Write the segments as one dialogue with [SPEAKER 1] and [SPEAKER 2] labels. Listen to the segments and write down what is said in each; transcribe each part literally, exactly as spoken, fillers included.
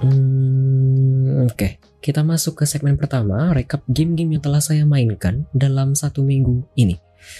[SPEAKER 1] Hmm, Oke, okay. Kita masuk ke segmen pertama, rekap game-game yang telah saya mainkan dalam satu minggu ini.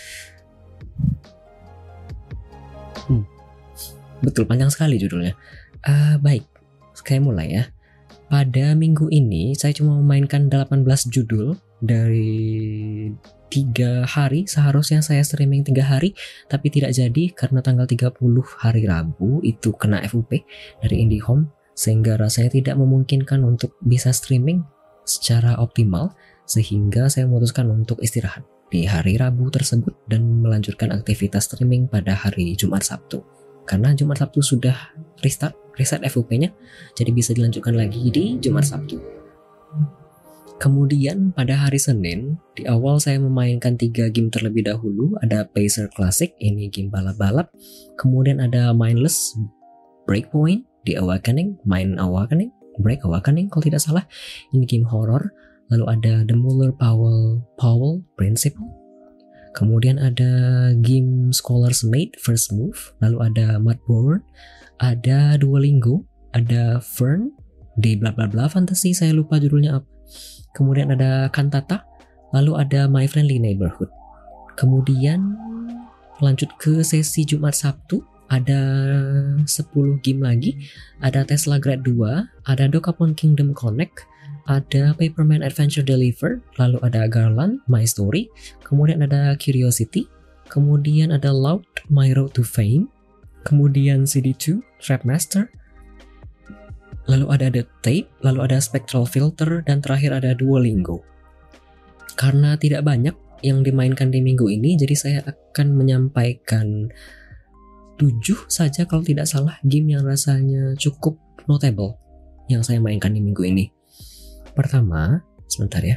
[SPEAKER 1] Hmm, betul, panjang sekali judulnya. Uh, baik, saya mulai ya. Pada minggu ini, saya cuma memainkan delapan belas judul dari tiga hari. Seharusnya saya streaming tiga hari, tapi tidak jadi karena tanggal tiga puluh hari Rabu itu kena F U P dari IndiHome, sehingga rasanya tidak memungkinkan untuk bisa streaming secara optimal, sehingga saya memutuskan untuk istirahat di hari Rabu tersebut dan melanjutkan aktivitas streaming pada hari Jumat Sabtu. Karena Jumat Sabtu sudah restart, reset F U P-nya, jadi bisa dilanjutkan lagi di Jumat Sabtu. Kemudian pada hari Senin, di awal saya memainkan tiga game terlebih dahulu. Ada Pacer Classic, ini game balap-balap. Kemudian ada Mindless Breakpoint, The Awakening, Mind Awakening, Break Awakening kalau tidak salah. Ini game horror. Lalu ada The Muller Powell, Powell Principle. Kemudian ada game Scholar's Mate First Move. Lalu ada Mudbound, ada Duolingo, ada Fern, The bla bla bla Fantasy, saya lupa judulnya apa. Kemudian ada Cantata, lalu ada My Friendly Neighborhood. Kemudian lanjut ke sesi Jumat Sabtu, ada sepuluh game lagi. Ada Tesla Grad dua, ada Dokapon Kingdom Connect, ada Paperman Adventure Deliver, lalu ada Garland, My Story, kemudian ada Curiosity, kemudian ada Loud, My Road to Fame, kemudian C D two, Trapmaster, lalu ada The Tape, lalu ada Spectral Filter, dan terakhir ada Duolingo. Karena tidak banyak yang dimainkan di minggu ini, jadi saya akan menyampaikan tujuh saja kalau tidak salah game yang rasanya cukup notable yang saya mainkan di minggu ini. Pertama, sebentar ya.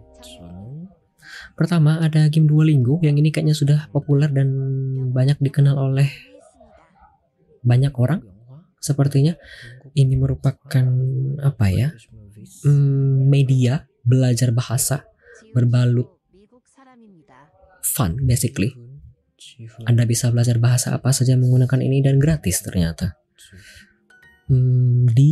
[SPEAKER 1] Pertama ada game Duolingo, yang ini kayaknya sudah populer dan banyak dikenal oleh banyak orang. Sepertinya ini merupakan apa ya? Hmm, media belajar bahasa berbalut fun basically. Anda bisa belajar bahasa apa saja menggunakan ini dan gratis ternyata. Hmm, di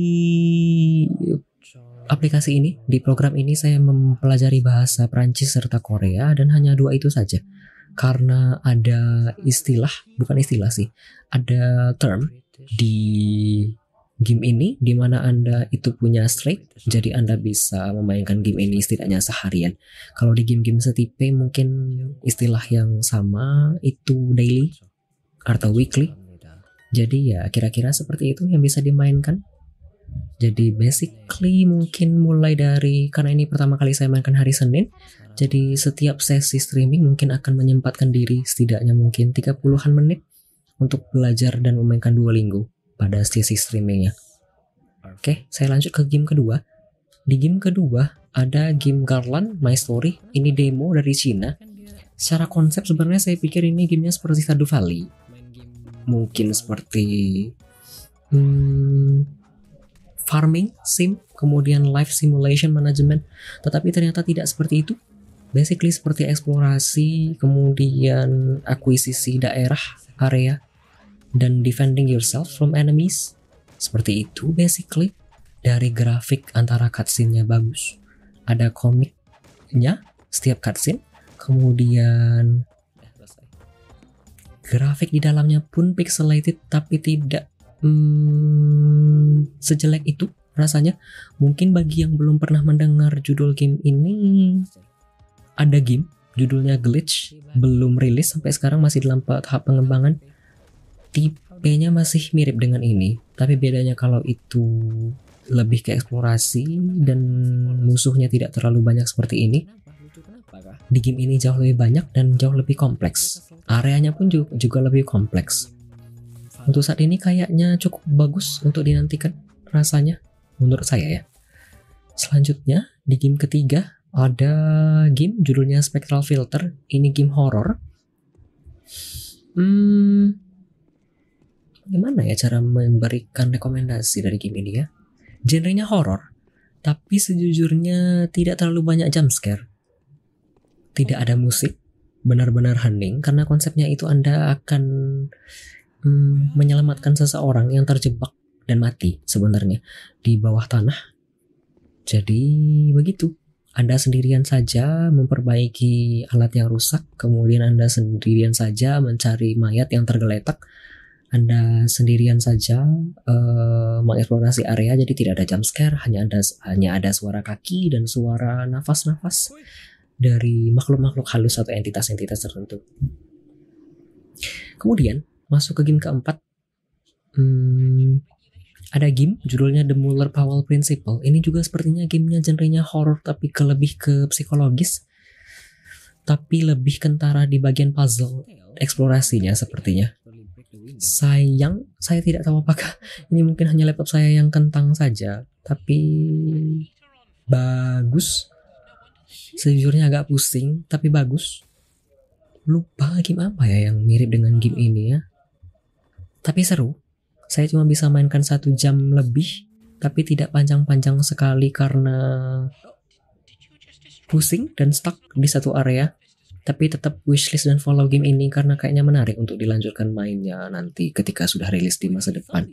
[SPEAKER 1] aplikasi ini, di program ini saya mempelajari bahasa Prancis serta Korea dan hanya dua itu saja. Karena ada istilah, bukan istilah sih, ada term di game ini di mana Anda itu punya streak, jadi Anda bisa memainkan game ini setidaknya seharian. Kalau di game-game setipe mungkin istilah yang sama itu daily atau weekly. Jadi ya kira-kira seperti itu yang bisa dimainkan. Jadi basically mungkin mulai dari, karena ini pertama kali saya mainkan hari Senin, jadi setiap sesi streaming mungkin akan menyempatkan diri setidaknya mungkin tiga puluhan menit untuk belajar dan memainkan Duolingo pada sesi streamingnya. Oke, saya lanjut ke game kedua. Di game kedua ada game Garland, My Story. Ini demo dari Cina. Secara konsep sebenarnya saya pikir ini gamenya seperti Stardew Valley. Mungkin seperti hmm, farming sim, kemudian life simulation management, tetapi ternyata tidak seperti itu. Basically seperti eksplorasi, kemudian akuisisi daerah, area, dan defending yourself from enemies. Seperti itu basically. Dari grafik antara cutscene-nya bagus, ada komiknya setiap cutscene, kemudian grafik di dalamnya pun pixelated tapi tidak Hmm, sejelek itu rasanya. Mungkin bagi yang belum pernah mendengar judul game ini, ada game judulnya Glitch, belum rilis sampai sekarang, masih dalam tahap pengembangan. Tipenya masih mirip dengan ini, tapi bedanya kalau itu lebih ke eksplorasi dan musuhnya tidak terlalu banyak seperti ini. Di game ini jauh lebih banyak dan jauh lebih kompleks. Areanya pun juga lebih kompleks. Untuk saat ini kayaknya cukup bagus untuk dinantikan rasanya, menurut saya ya. Selanjutnya di game ketiga ada game judulnya Spectral Filter. Ini game horror. Hmm, gimana ya cara memberikan rekomendasi dari game ini ya? Genrenya horror, tapi sejujurnya tidak terlalu banyak jump scare. Tidak ada musik, benar-benar hening karena konsepnya itu Anda akan hmm, menyelamatkan seseorang yang terjebak dan mati sebenarnya di bawah tanah. Jadi begitu. Anda sendirian saja memperbaiki alat yang rusak, kemudian Anda sendirian saja mencari mayat yang tergeletak, Anda sendirian saja uh, mengeksplorasi area, jadi tidak ada jump scare, hanya ada hanya ada suara kaki dan suara nafas-nafas dari makhluk-makhluk halus atau entitas-entitas tertentu. Kemudian masuk ke game keempat. Hmm, ada game judulnya The Mueller-Powell Principle. Ini juga sepertinya gamenya genrenya horror tapi ke lebih ke psikologis, tapi lebih kentara di bagian puzzle eksplorasinya sepertinya. Sayang, saya tidak tahu apakah ini mungkin hanya laptop saya yang kentang saja, tapi bagus. Sejujurnya agak pusing, tapi bagus. Lupa game apa ya yang mirip dengan game ini ya. Tapi seru. Saya cuma bisa mainkan satu jam lebih, tapi tidak panjang-panjang sekali karena pusing dan stuck di satu area. Tapi tetap wishlist dan follow game ini karena kayaknya menarik untuk dilanjutkan mainnya nanti ketika sudah rilis di masa depan.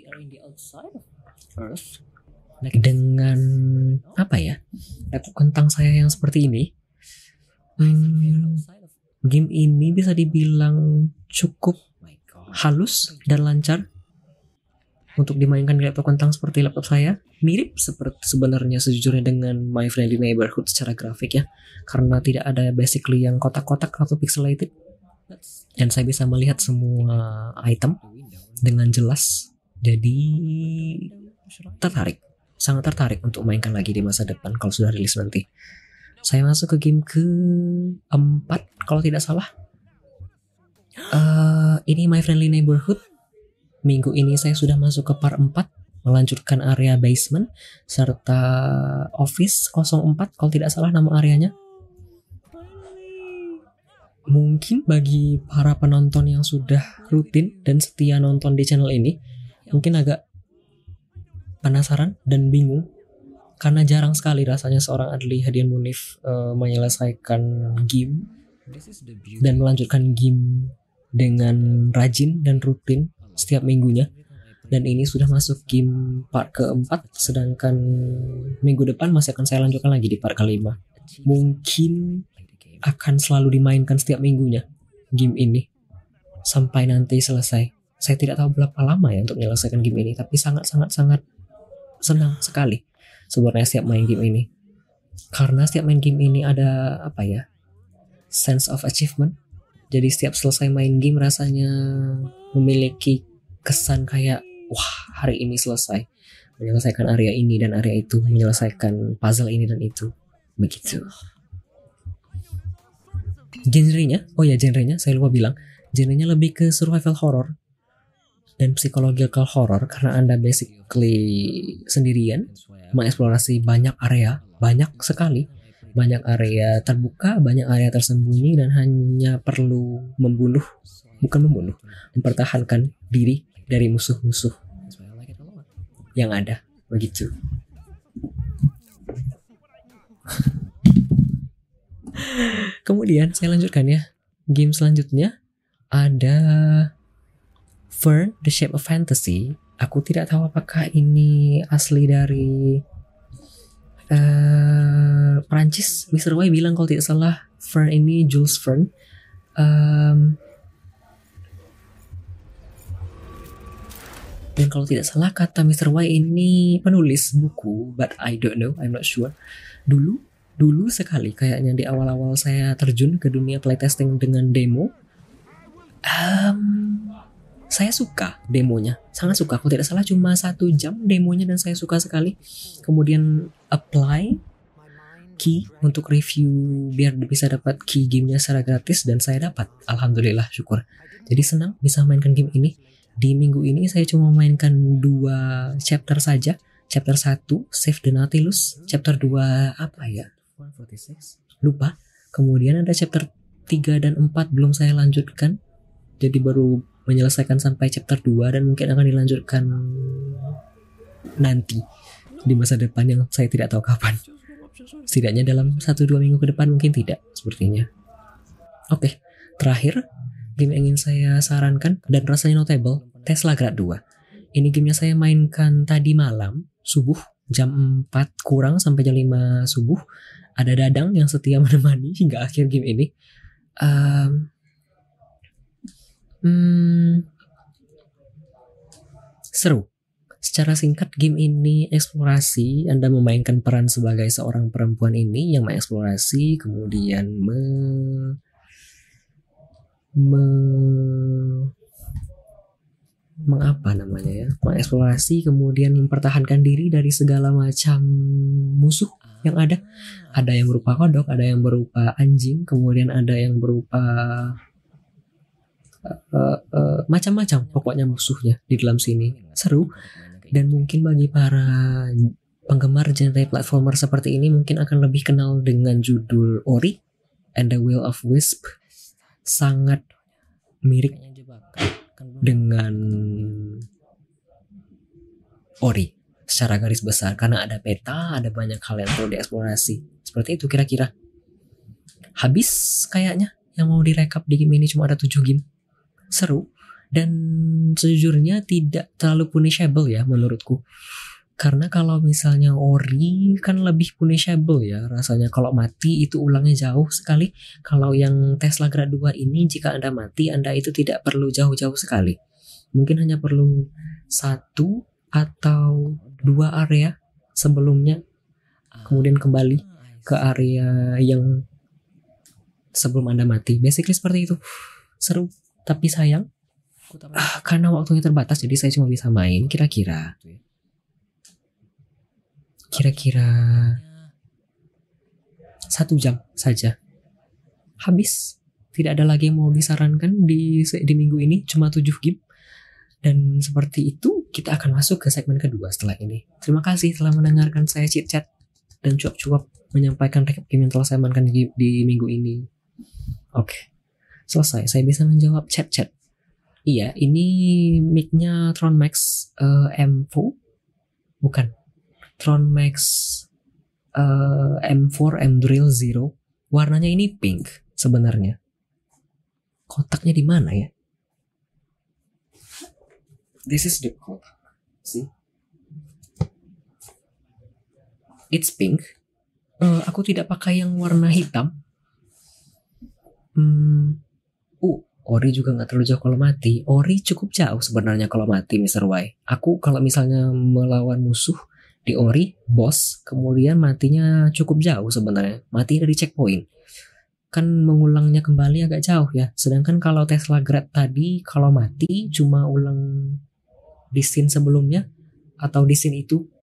[SPEAKER 1] Dengan apa ya, laptop kentang saya yang seperti ini, hmm, game ini bisa dibilang cukup halus dan lancar untuk dimainkan di laptop kentang seperti laptop saya. Mirip seperti sebenarnya sejujurnya dengan My Friendly Neighborhood secara grafik ya, karena tidak ada basically yang kotak-kotak atau pixelated, dan saya bisa melihat semua item dengan jelas. Jadi tertarik, sangat tertarik untuk mainkan lagi di masa depan kalau sudah rilis nanti. Saya masuk ke game keempat kalau tidak salah. Uh, ini My Friendly Neighborhood. Minggu ini saya sudah masuk ke part empat, melanjutkan area basement serta office nol empat kalau tidak salah nama areanya. Mungkin bagi para penonton yang sudah rutin dan setia nonton di channel ini, mungkin agak penasaran dan bingung karena jarang sekali rasanya seorang Adli Hadian Munif uh, menyelesaikan game dan melanjutkan game dengan rajin dan rutin setiap minggunya. Dan ini sudah masuk game part keempat, sedangkan minggu depan masih akan saya lanjutkan lagi di part kelima. Mungkin akan selalu dimainkan setiap minggunya game ini sampai nanti selesai. Saya tidak tahu berapa lama ya untuk menyelesaikan game ini, tapi sangat-sangat-sangat senang sekali sebenarnya setiap main game ini. Karena setiap main game ini ada apa ya, sense of achievement. Jadi setiap selesai main game rasanya memiliki kesan kayak, wah, hari ini selesai menyelesaikan area ini dan area itu, menyelesaikan puzzle ini dan itu, begitu. Genrenya, oh ya genrenya saya lupa bilang, genrenya lebih ke survival horror dan psychological horror karena Anda basically sendirian mengeksplorasi banyak area, banyak sekali. Banyak area terbuka, banyak area tersembunyi, dan hanya perlu membunuh, bukan membunuh, mempertahankan diri dari musuh-musuh yang ada, begitu. Kemudian saya lanjutkan ya. Game selanjutnya ada Fern, The Shape of Fantasy. Aku tidak tahu apakah ini asli dari Uh, Perancis. mister Y bilang kalau tidak salah Fern ini Jules Verne. um, dan kalau tidak salah kata mister Y ini penulis buku, but I don't know, I'm not sure. Dulu dulu sekali kayaknya di awal-awal saya terjun ke dunia playtesting dengan demo, um, saya suka demonya, sangat suka. Kalau tidak salah cuma satu jam demonya dan saya suka sekali. Kemudian apply key untuk review biar bisa dapat key gamenya secara gratis, dan saya dapat. Alhamdulillah, syukur. Jadi senang bisa mainkan game ini. Di minggu ini saya cuma mainkan dua chapter saja. Chapter satu, Save the Nautilus. Chapter dua apa ya? Lupa. Kemudian ada chapter tiga dan empat belum saya lanjutkan. Jadi baru menyelesaikan sampai chapter dua dan mungkin akan dilanjutkan nanti di masa depan yang saya tidak tahu kapan. Setidaknya dalam satu dua minggu ke depan mungkin tidak, sepertinya. Oke, terakhir game yang ingin saya sarankan dan rasanya notable, Tesla Grad dua. Ini gamenya saya mainkan tadi malam, subuh, jam empat kurang sampai jam lima subuh. Ada Dadang yang setia menemani hingga akhir game ini. Um, hmm, seru. Secara singkat, game ini eksplorasi. Anda memainkan peran sebagai seorang perempuan ini yang mengeksplorasi, kemudian me, me mengapa namanya ya, mengeksplorasi, kemudian mempertahankan diri dari segala macam musuh yang ada. Ada yang berupa kodok, ada yang berupa anjing, kemudian ada yang berupa uh, uh, macam-macam pokoknya musuhnya di dalam sini. Seru. Dan mungkin bagi para penggemar genre platformer seperti ini mungkin akan lebih kenal dengan judul Ori and the Will of Wisp. Sangat mirip dengan Ori secara garis besar, karena ada peta, ada banyak hal yang perlu dieksplorasi. Seperti itu kira-kira. Habis kayaknya yang mau direkap di game ini cuma ada tujuh game. Seru. Dan sejujurnya tidak terlalu punishable ya menurutku. Karena kalau misalnya Ori kan lebih punishable ya rasanya. Kalau mati itu ulangnya jauh sekali. Kalau yang Tesla Grad dua ini jika Anda mati, Anda itu tidak perlu jauh-jauh sekali. Mungkin hanya perlu satu atau dua area sebelumnya. Kemudian kembali ke area yang sebelum Anda mati. Basically seperti itu. Seru, tapi sayang. Ah, karena waktunya terbatas, jadi saya cuma bisa main kira-kira kira-kira satu jam saja. Habis. Tidak ada lagi yang mau disarankan di di minggu ini, cuma tujuh game. Dan seperti itu kita akan masuk ke segmen kedua setelah ini. Terima kasih telah mendengarkan saya chit-chat dan cuap-cuap menyampaikan rekap game yang telah saya mainkan di, di minggu ini. Oke, selesai. Saya bisa menjawab chat-chat. Iya, ini mic-nya Tron Max uh, M empat. Bukan. Tron Max uh, M empat M Drill Zero. Warnanya ini pink sebenarnya. Kotaknya di mana ya? This is the kotak. See? It's pink. Uh, aku tidak pakai yang warna hitam. Hmm. Uh. Ori juga gak terlalu jauh kalau mati. Ori cukup jauh sebenarnya kalau mati, mister Y. Aku kalau misalnya melawan musuh di Ori, boss, kemudian matinya cukup jauh sebenarnya. Mati dari checkpoint. Kan mengulangnya kembali agak jauh ya. Sedangkan kalau Tesla Grad tadi, kalau mati cuma ulang di scene sebelumnya, atau di scene itu